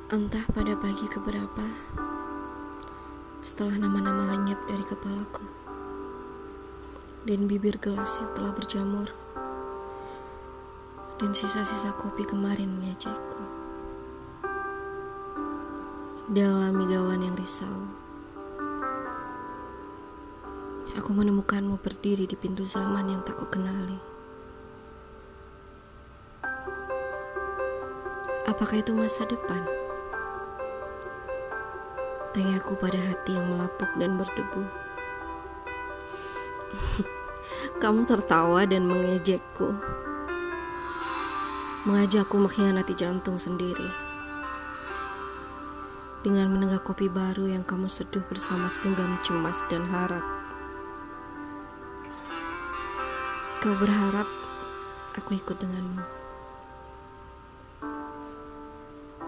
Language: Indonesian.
Entah pada pagi keberapa, setelah nama-nama lenyap dari kepalaku dan bibir gelas yang telah berjamur dan sisa-sisa kopi kemarin mengejekku. Dalam migauan yang risau, aku menemukanmu berdiri di pintu zaman yang tak kukenali. Apakah itu masa depan? Tanyaku pada hati yang melapuk dan berdebu. Kamu tertawa dan mengejekku, mengajakku mengkhianati jantung sendiri. Dengan menenggak kopi baru yang kamu seduh bersama segenggam cemas dan harap. Kau berharap aku ikut denganmu.